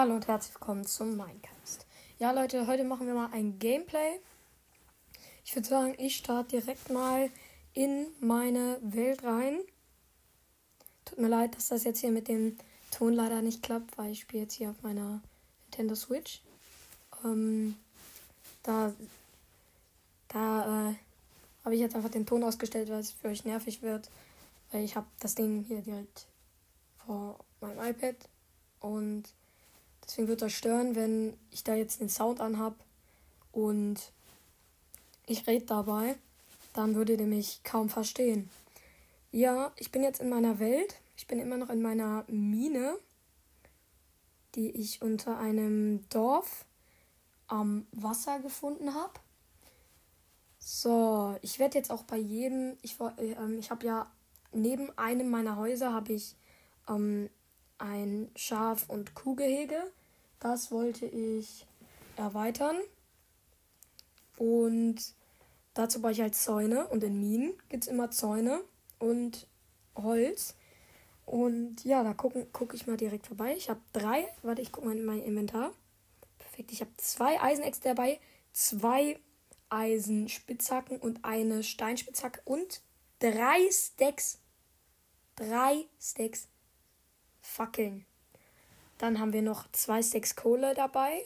Hallo und herzlich willkommen zum Minecast. Ja Leute, heute machen wir mal ein Gameplay. Ich würde sagen, ich starte direkt mal in meine Welt rein. Tut mir leid, dass das jetzt hier mit dem Ton leider nicht klappt, weil ich spiele jetzt hier auf meiner Nintendo Switch. Da habe ich jetzt einfach den Ton ausgestellt, weil es für euch nervig wird. Weil ich habe das Ding hier direkt vor meinem iPad und deswegen wird euch stören, wenn ich da jetzt den Sound anhab und ich rede dabei, dann würdet ihr mich kaum verstehen. Ja, ich bin jetzt in meiner Welt. Ich bin immer noch in meiner Mine, die ich unter einem Dorf am Wasser gefunden habe. So, ich werde jetzt auch bei jedem, ich habe ja neben einem meiner Häuser habe ich ein Schaf- und Kuhgehege. Das wollte ich erweitern. Und dazu baue ich halt Zäune. Und in Minen gibt es immer Zäune und Holz. Und ja, da guck ich mal direkt vorbei. Ich habe 3. Warte, ich gucke mal in mein Inventar. Perfekt, ich habe 2 Eisenäxte dabei, 2 Eisenspitzhacken und eine Steinspitzhacke und 3 Stacks. 3 Stacks Fackeln. Dann haben wir noch 2 Stacks Kohle dabei,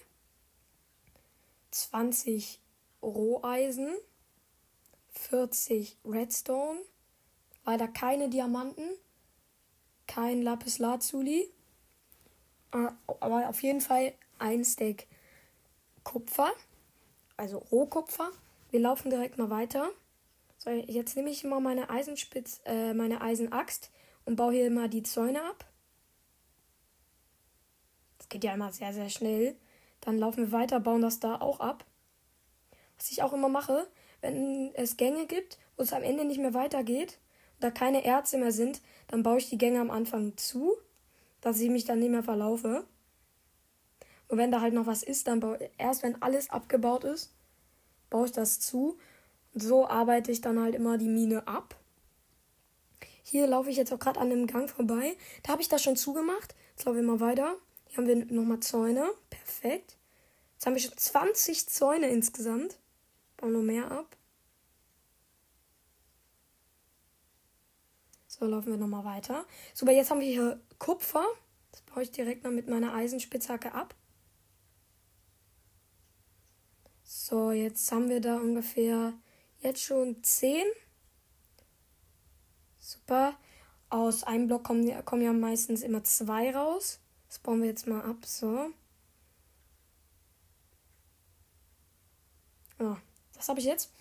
20 Roheisen, 40 Redstone, leider keine Diamanten, kein Lapis Lazuli, aber auf jeden Fall ein Stack Kupfer, also Rohkupfer. Wir laufen direkt mal weiter. So, jetzt nehme ich mal meine meine Eisenaxt und baue hier mal die Zäune ab. Das geht ja immer sehr, sehr schnell. Dann laufen wir weiter, bauen das da auch ab. Was ich auch immer mache, wenn es Gänge gibt, wo es am Ende nicht mehr weitergeht, da keine Erze mehr sind, dann baue ich die Gänge am Anfang zu, dass ich mich dann nicht mehr verlaufe. Und wenn da halt noch was ist, dann erst wenn alles abgebaut ist, baue ich das zu. Und so arbeite ich dann halt immer die Mine ab. Hier laufe ich jetzt auch gerade an einem Gang vorbei. Da habe ich das schon zugemacht. Jetzt laufen wir mal weiter. Hier haben wir nochmal Zäune. Perfekt. Jetzt haben wir schon 20 Zäune insgesamt. Bauen noch mehr ab. So, laufen wir nochmal weiter. Super, jetzt haben wir hier Kupfer. Das baue ich direkt mal mit meiner Eisenspitzhacke ab. So, jetzt haben wir da ungefähr jetzt schon 10. Super. Aus einem Block kommen ja meistens immer 2 raus. Das bauen wir jetzt mal ab. So. Ja, das habe ich jetzt.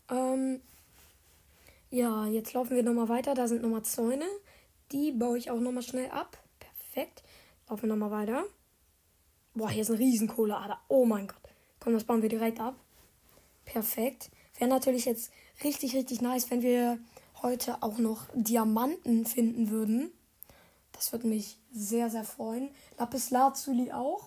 Ja, jetzt laufen wir nochmal weiter. Da sind nochmal Zäune. Die baue ich auch nochmal schnell ab. Perfekt. Laufen wir nochmal weiter. Boah, hier ist eine riesen Kohleader. Oh mein Gott. Komm, das bauen wir direkt ab. Perfekt. Wäre natürlich jetzt richtig, richtig nice, wenn wir heute auch noch Diamanten finden würden. Das würde mich sehr, sehr freuen. Lapis Lazuli auch.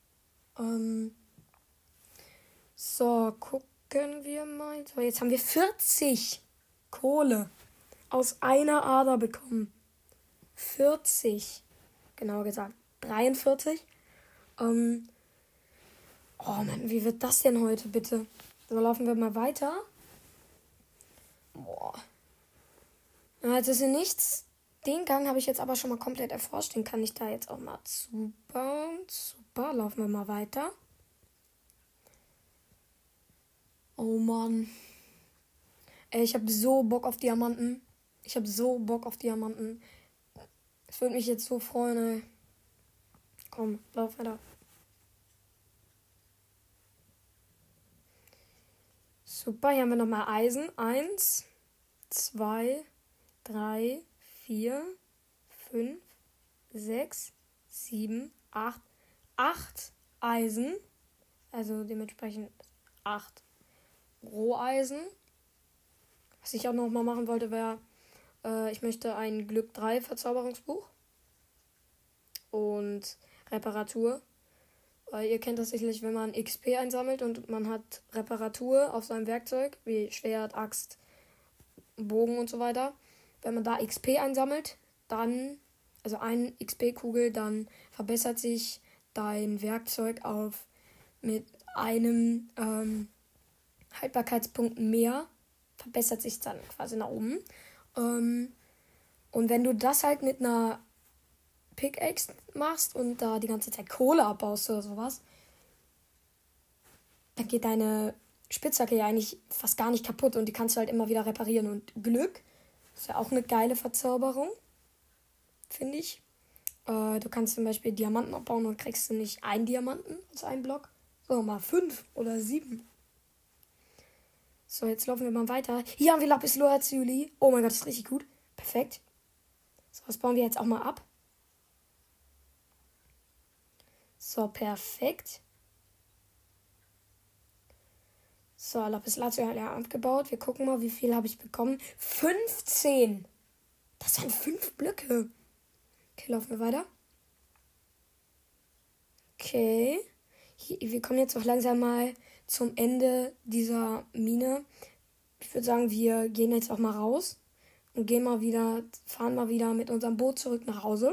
So, gucken wir mal. So, jetzt haben wir 40 Kohle aus einer Ader bekommen. 40. Genauer gesagt 43. Oh Mann, wie wird das denn heute bitte? So, laufen wir mal weiter. Boah. Ja, jetzt ist hier nichts. Den Gang habe ich jetzt aber schon mal komplett erforscht. Den kann ich da jetzt auch mal zubauen. Super, laufen wir mal weiter. Oh Mann. Ey, ich habe so Bock auf Diamanten. Ich würde mich jetzt so freuen, ey. Komm, lauf weiter. Super, hier haben wir nochmal Eisen. 1, 2, 3, 4, 5, 6, 7, 8. 8 Eisen. Also dementsprechend 8 Roheisen. Was ich auch noch mal machen wollte, wäre, ich möchte ein Glück 3 Verzauberungsbuch. Und Reparatur. Weil ihr kennt das sicherlich, wenn man XP einsammelt und man hat Reparatur auf seinem Werkzeug, wie Schwert, Axt, Bogen und so weiter. Wenn man da XP einsammelt, dann, also eine XP-Kugel, dann verbessert sich dein Werkzeug auf mit einem Haltbarkeitspunkt mehr, verbessert sich dann quasi nach oben. Und wenn du das halt mit einer Pickaxe machst und da die ganze Zeit Kohle abbaust oder sowas, dann geht deine Spitzhacke ja eigentlich fast gar nicht kaputt und die kannst du halt immer wieder reparieren. Und Glück ist ja auch eine geile Verzauberung, finde ich. Du kannst zum Beispiel Diamanten abbauen und kriegst du nicht einen Diamanten aus einem Block, sondern mal 5 oder 7. So, jetzt laufen wir mal weiter. Hier haben wir Lapis Lazuli. Oh mein Gott, das ist richtig gut. Perfekt. So, das bauen wir jetzt auch mal ab. So, perfekt. So, Lapis Lazuli abgebaut. Wir gucken mal, wie viel habe ich bekommen. 15. Das waren 5 Blöcke. Okay, laufen wir weiter. Okay. Wir kommen jetzt auch langsam mal zum Ende dieser Mine. Ich würde sagen, wir gehen jetzt auch mal raus und fahren mal wieder mit unserem Boot zurück nach Hause.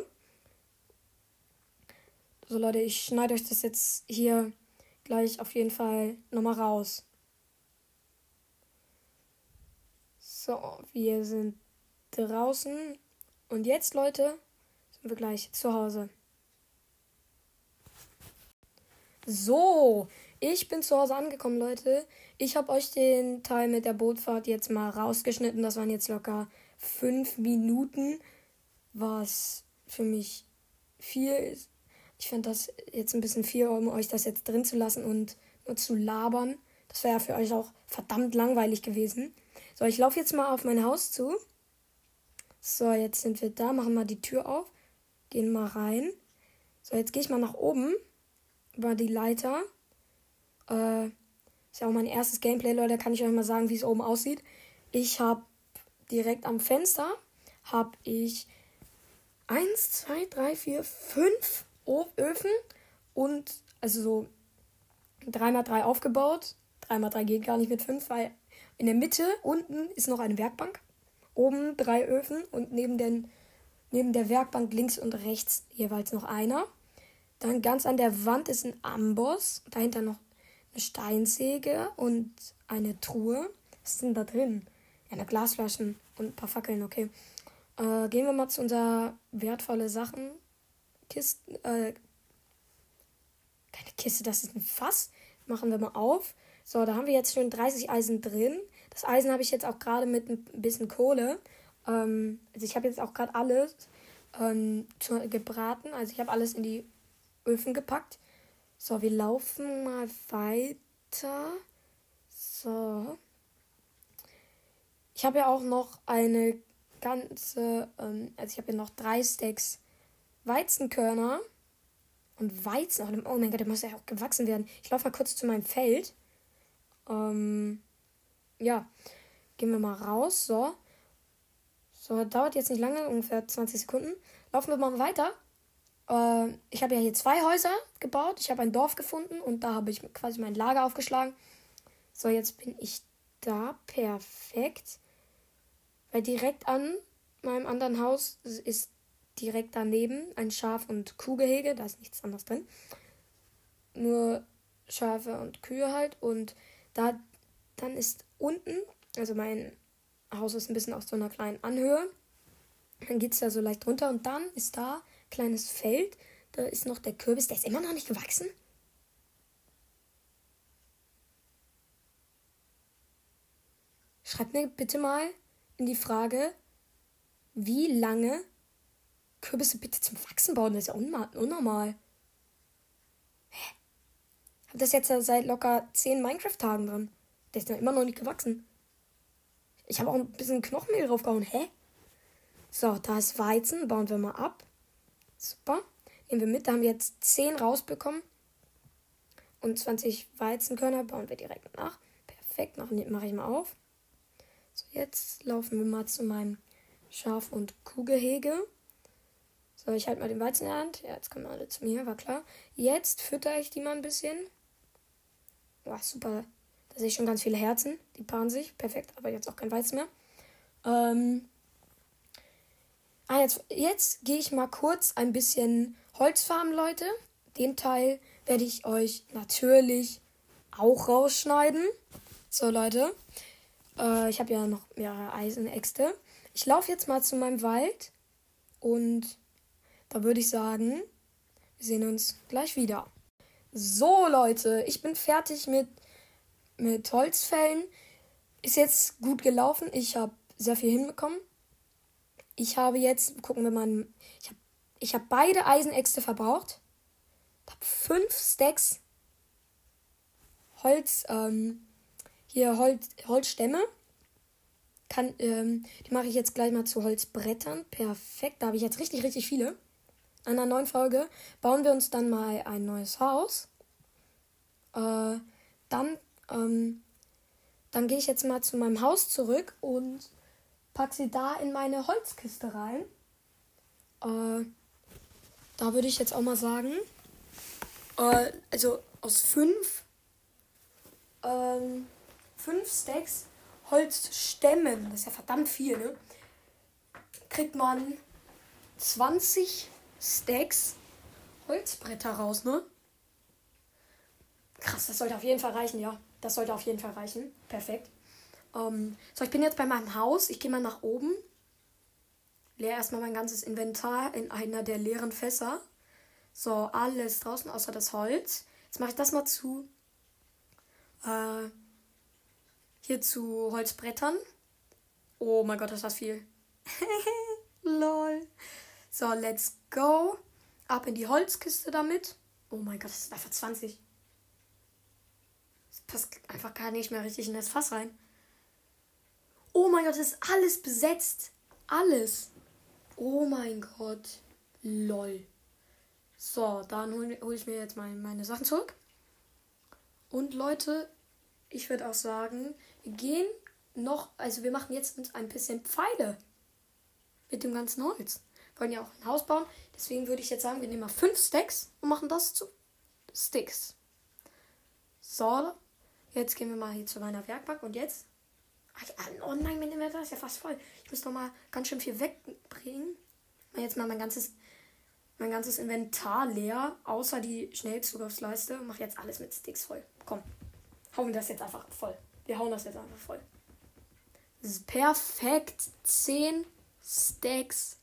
So Leute, ich schneide euch das jetzt hier gleich auf jeden Fall nochmal raus. So, wir sind draußen und jetzt, Leute, sind wir gleich zu Hause. So, ich bin zu Hause angekommen, Leute. Ich habe euch den Teil mit der Bootfahrt jetzt mal rausgeschnitten. Das waren jetzt locker 5 Minuten, was für mich viel ist. Ich fand das jetzt ein bisschen viel, um euch das jetzt drin zu lassen und nur zu labern. Das wäre ja für euch auch verdammt langweilig gewesen. So, ich laufe jetzt mal auf mein Haus zu. So, jetzt sind wir da, machen mal die Tür auf, gehen mal rein. So, jetzt gehe ich mal nach oben über die Leiter. Ist ja auch mein erstes Gameplay, Leute, kann ich euch mal sagen, wie es oben aussieht. Ich habe direkt am Fenster, habe ich 1, 2, 3, 4, 5 Öfen und also so 3x3 aufgebaut. 3x3 geht gar nicht mit 5, weil in der Mitte unten ist noch eine Werkbank. Oben 3 Öfen und neben der Werkbank links und rechts jeweils noch einer. Dann ganz an der Wand ist ein Amboss. Dahinter noch eine Steinsäge und eine Truhe. Was ist denn da drin? Ja, eine Glasflaschen und ein paar Fackeln, okay. Gehen wir mal zu unserer wertvolle Sachen. Keine Kiste, das ist ein Fass. Machen wir mal auf. So, da haben wir jetzt schon 30 Eisen drin. Das Eisen habe ich jetzt auch gerade mit ein bisschen Kohle. Also ich habe jetzt auch gerade alles gebraten. Also ich habe alles in die Öfen gepackt. So, wir laufen mal weiter. So. Ich habe ja auch noch eine ganze, also ich habe ja noch 3 Stacks Weizenkörner. Und Weizen, oh mein Gott, der muss ja auch gewachsen werden. Ich laufe mal kurz zu meinem Feld. Ja, gehen wir mal raus. So, dauert jetzt nicht lange, ungefähr 20 Sekunden. Laufen wir mal weiter. Ich habe ja hier 2 Häuser gebaut. Ich habe ein Dorf gefunden und da habe ich quasi mein Lager aufgeschlagen. So, jetzt bin ich da. Perfekt. Weil direkt an meinem anderen Haus ist direkt daneben ein Schaf- und Kuhgehege. Da ist nichts anderes drin. Nur Schafe und Kühe halt. Und dann ist unten, also mein Haus ist ein bisschen auf so einer kleinen Anhöhe. Dann geht es da so leicht runter und dann ist da ein kleines Feld. Da ist noch der Kürbis. Der ist immer noch nicht gewachsen. Schreibt mir bitte mal in die Frage, wie lange Kürbisse bitte zum Wachsen bauen. Das ist ja unnormal. Hä? Ich habe das jetzt seit locker 10 Minecraft-Tagen drin. Der ist ja immer noch nicht gewachsen. Ich habe auch ein bisschen Knochenmehl draufgehauen. Hä? So, da ist Weizen. Bauen wir mal ab. Super. Nehmen wir mit. Da haben wir jetzt 10 rausbekommen. Und 20 Weizenkörner bauen wir direkt nach. Perfekt. Mache ich mal auf. So, jetzt laufen wir mal zu meinem Schaf- und Kuhgehege. So, ich halte mal den Weizen in der Hand. Ja, jetzt kommen alle zu mir, war klar. Jetzt fütter ich die mal ein bisschen. Boah, super. Da sehe ich schon ganz viele Herzen. Die paaren sich. Perfekt, aber jetzt auch kein Weizen mehr. Jetzt gehe ich mal kurz ein bisschen Holz farmen, Leute. Den Teil werde ich euch natürlich auch rausschneiden. So, Leute. Ich habe ja noch mehrere Eisenäxte. Ich laufe jetzt mal zu meinem Wald. Und da würde ich sagen, wir sehen uns gleich wieder. So, Leute. Ich bin fertig mit Holzfällen. Ist jetzt gut gelaufen. Ich habe sehr viel hinbekommen. Ich habe jetzt, gucken wir mal, ich habe beide Eisenäxte verbraucht. Ich habe 5 Stacks Holzstämme. Die mache ich jetzt gleich mal zu Holzbrettern. Perfekt, da habe ich jetzt richtig, richtig viele. In einer neuen Folge bauen wir uns dann mal ein neues Haus. Dann gehe ich jetzt mal zu meinem Haus zurück und packe sie da in meine Holzkiste rein. Da würde ich jetzt auch mal sagen, also aus 5 Stacks Holzstämmen, das ist ja verdammt viel, ne? Kriegt man 20 Stacks Holzbretter raus, ne? Krass, das sollte auf jeden Fall reichen, ja. Das sollte auf jeden Fall reichen. Perfekt. So, ich bin jetzt bei meinem Haus. Ich gehe mal nach oben. Leer erstmal mein ganzes Inventar in einer der leeren Fässer. So, alles draußen außer das Holz. Jetzt mache ich das mal zu. Hier zu Holzbrettern. Oh mein Gott, ist das viel. Lol. So, let's go. Ab in die Holzkiste damit. Oh mein Gott, das ist einfach 20. Das passt einfach gar nicht mehr richtig in das Fass rein. Oh mein Gott, das ist alles besetzt. Alles. Oh mein Gott. Lol. So, dann hol ich mir jetzt meine Sachen zurück. Und Leute, ich würde auch sagen, wir machen jetzt uns ein bisschen Pfeile. Mit dem ganzen Holz. Wir wollen ja auch ein Haus bauen. Deswegen würde ich jetzt sagen, wir nehmen mal 5 Stacks und machen das zu Sticks. So, jetzt gehen wir mal hier zu meiner Werkbank und jetzt. Oh nein, mein Inventar ist ja fast voll. Ich muss noch mal ganz schön viel wegbringen. Jetzt mal mein ganzes Inventar leer, außer die Schnellzugriffsleiste. Und mache jetzt alles mit Sticks voll. Komm, hauen wir das jetzt einfach voll. Wir hauen das jetzt einfach voll. Das ist perfekt. 10 Sticks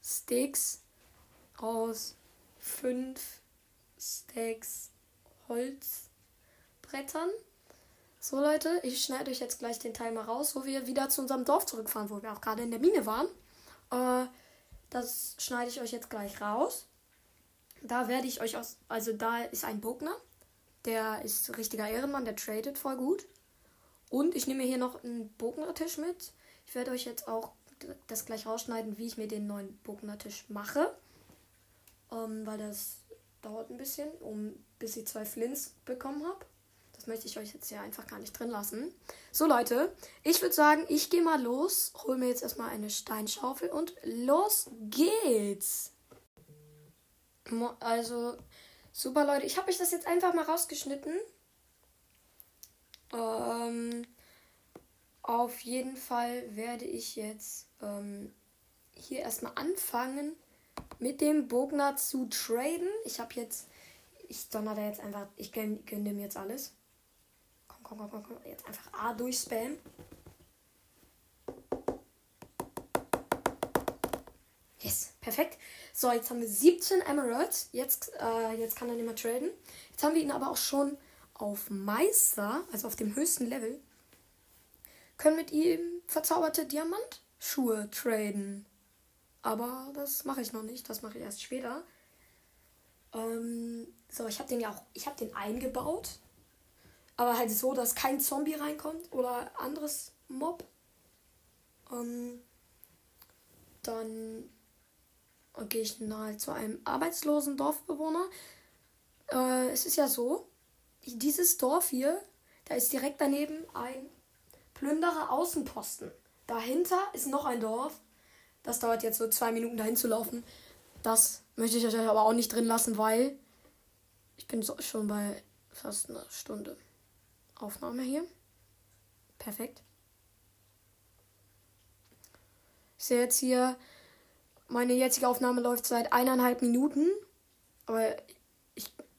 aus 5 Stacks Holzbrettern. So, Leute, ich schneide euch jetzt gleich den Teil mal raus, wo wir wieder zu unserem Dorf zurückfahren, wo wir auch gerade in der Mine waren. Das schneide ich euch jetzt gleich raus. Da werde ich euch da ist ein Bogner. Der ist ein richtiger Ehrenmann, der tradet voll gut. Und ich nehme mir hier noch einen Bognertisch mit. Ich werde euch jetzt auch das gleich rausschneiden, wie ich mir den neuen Bognertisch mache. Weil das dauert ein bisschen, bis ich 2 Flints bekommen habe. Das möchte ich euch jetzt hier einfach gar nicht drin lassen. So, Leute, ich würde sagen, ich gehe mal los, hole mir jetzt erstmal eine Steinschaufel und los geht's. Also, super, Leute, ich habe euch das jetzt einfach mal rausgeschnitten. Auf jeden Fall werde ich jetzt hier erstmal anfangen, mit dem Bogner zu traden. Ich donner da jetzt einfach, ich gönne dem jetzt alles. Komm. Jetzt einfach A durchspammen. Yes, perfekt. So, jetzt haben wir 17 Emeralds. Jetzt kann er nicht mehr traden. Jetzt haben wir ihn aber auch schon auf Meister, also auf dem höchsten Level. Können mit ihm verzauberte Diamantschuhe traden. Aber das mache ich noch nicht. Das mache ich erst später. So, ich habe den eingebaut. Aber halt so, dass kein Zombie reinkommt oder anderes Mob. Dann gehe ich halt zu einem arbeitslosen Dorfbewohner. Es ist ja so, dieses Dorf hier, da ist direkt daneben ein Plünderer Außenposten. Dahinter ist noch ein Dorf. Das dauert jetzt so 2 Minuten dahin zu laufen. Das möchte ich euch aber auch nicht drin lassen, weil ich bin schon bei fast einer Stunde Aufnahme hier. Perfekt. Ich sehe jetzt hier, meine jetzige Aufnahme läuft seit 1,5 Minuten. Aber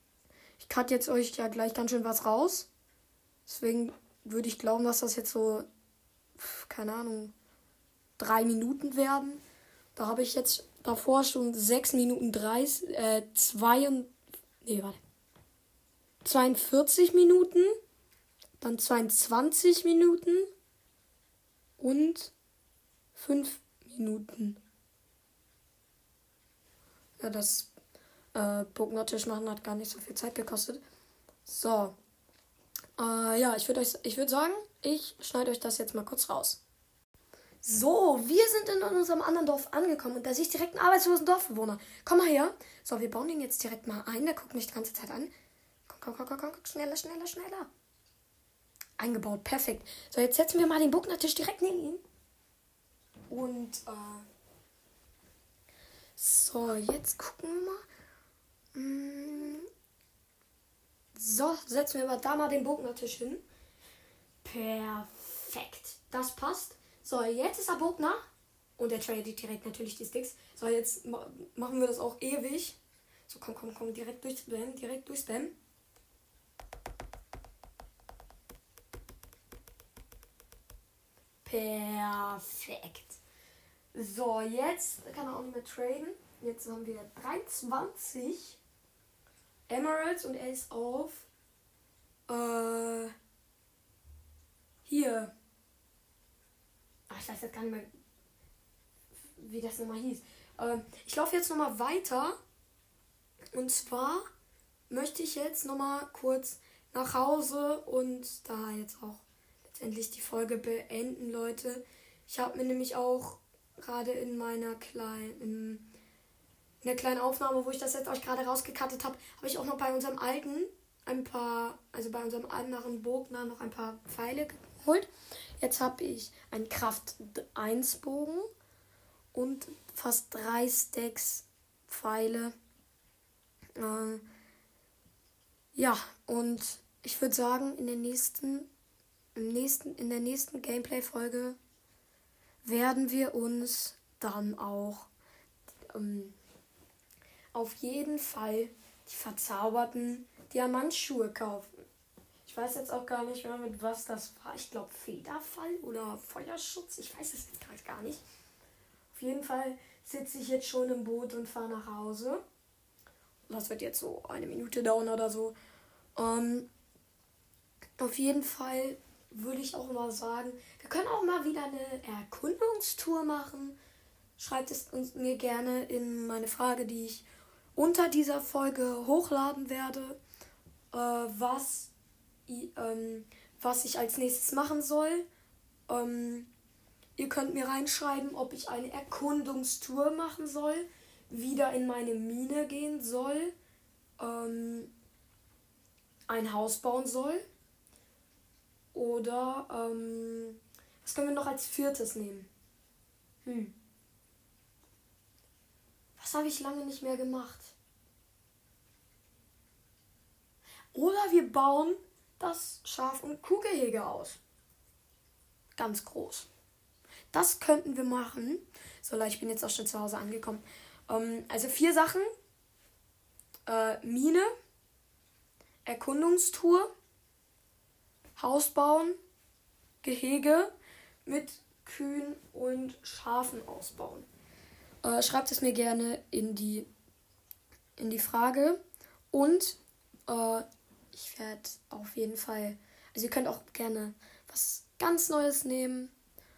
cut jetzt euch ja gleich ganz schön was raus. Deswegen würde ich glauben, dass das jetzt so, keine Ahnung, 3 Minuten werden. Da habe ich jetzt davor schon 6 Minuten 42 Minuten, dann 22 Minuten und 5 Minuten. Ja, das Burgnotisch machen hat gar nicht so viel Zeit gekostet. So. Ja, ich würde sagen, ich schneide euch das jetzt mal kurz raus. So, wir sind in unserem anderen Dorf angekommen und da sehe ich direkt einen arbeitslosen Dorfbewohner. Komm mal her. So, wir bauen den jetzt direkt mal ein. Der guckt mich die ganze Zeit an. Komm. Schneller. Eingebaut, perfekt. So, jetzt setzen wir mal den Burgnotisch direkt neben ihn. Und, so, jetzt gucken wir mal. So, setzen wir da mal den Burgnotisch hin. Perfekt. Das passt. So, jetzt ist er Bogner. Und er tradet direkt natürlich die Sticks. So, jetzt machen wir das auch ewig. So, komm. Direkt durchspammen. Perfekt. So, jetzt kann er auch nicht mehr traden. Jetzt haben wir 23 Emeralds und er ist auf hier. Ach, ich weiß jetzt gar nicht mehr, wie das nochmal hieß. Ich laufe jetzt nochmal weiter. Und zwar möchte ich jetzt nochmal kurz nach Hause und da jetzt auch letztendlich die Folge beenden, Leute. Ich habe mir nämlich auch gerade in der kleinen Aufnahme, wo ich das jetzt euch gerade rausgekattet habe, habe ich auch noch bei unserem bei unserem anderen Bogner noch ein paar Pfeile geholt. Jetzt habe ich einen Kraft 1 Bogen und fast 3 Stacks Pfeile. Ja, und ich würde sagen, in der nächsten Gameplay-Folge werden wir uns dann auch auf jeden Fall die verzauberten Diamantschuhe kaufen. Ich weiß jetzt auch gar nicht mehr, mit was das war. Ich glaube Federfall oder Feuerschutz. Ich weiß es jetzt gar nicht. Auf jeden Fall sitze ich jetzt schon im Boot und fahre nach Hause. Das wird jetzt so 1 Minute dauern oder so. Auf jeden Fall würde ich auch mal sagen, wir können auch mal wieder eine Erkundungstour machen. Schreibt es mir gerne in meine Frage, die ich unter dieser Folge hochladen werde, was ich als nächstes machen soll. Ihr könnt mir reinschreiben, ob ich eine Erkundungstour machen soll, wieder in meine Mine gehen soll, ein Haus bauen soll oder was können wir noch als 4. nehmen? Was habe ich lange nicht mehr gemacht? Oder wir bauen das Schaf- und Kuhgehege aus. Ganz groß. Das könnten wir machen. So, ich bin jetzt auch schon zu Hause angekommen. Also 4 Sachen. Mine, Erkundungstour, Haus bauen, Gehege mit Kühen und Schafen ausbauen. Schreibt es mir gerne in die Frage. Und ich werde auf jeden Fall, also ihr könnt auch gerne was ganz Neues nehmen.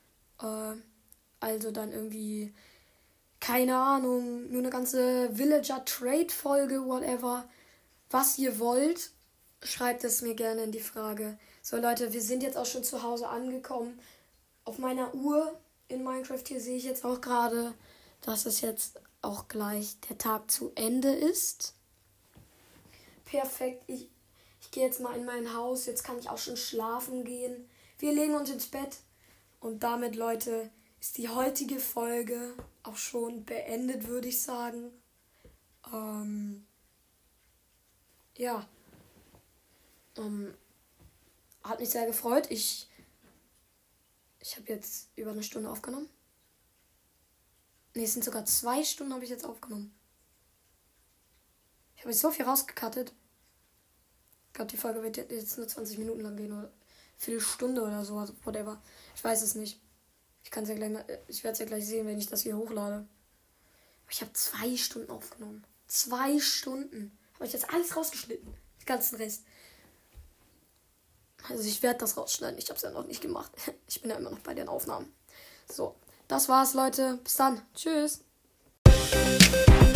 Also dann irgendwie, keine Ahnung, nur eine ganze Villager-Trade-Folge, whatever. Was ihr wollt, schreibt es mir gerne in die Frage. So Leute, wir sind jetzt auch schon zu Hause angekommen. Auf meiner Uhr in Minecraft hier sehe ich jetzt auch gerade, dass es jetzt auch gleich der Tag zu Ende ist. Perfekt, ich gehe jetzt mal in mein Haus. Jetzt kann ich auch schon schlafen gehen. Wir legen uns ins Bett. Und damit, Leute, ist die heutige Folge auch schon beendet, würde ich sagen. Ja. Hat mich sehr gefreut. Ich habe jetzt über 1 Stunde aufgenommen. Ne, es sind sogar 2 Stunden habe ich jetzt aufgenommen. Ich habe jetzt so viel rausgekattet. glaube, die Folge wird jetzt nur 20 Minuten lang gehen oder Viertelstunde oder so, also whatever. Ich weiß es nicht. Ich werde es ja gleich sehen, wenn ich das hier hochlade. Aber ich habe 2 Stunden aufgenommen. 2 Stunden. Habe ich jetzt alles rausgeschnitten. Den ganzen Rest. Also ich werde das rausschneiden. Ich habe es ja noch nicht gemacht. Ich bin ja immer noch bei den Aufnahmen. So, das war's, Leute. Bis dann. Tschüss.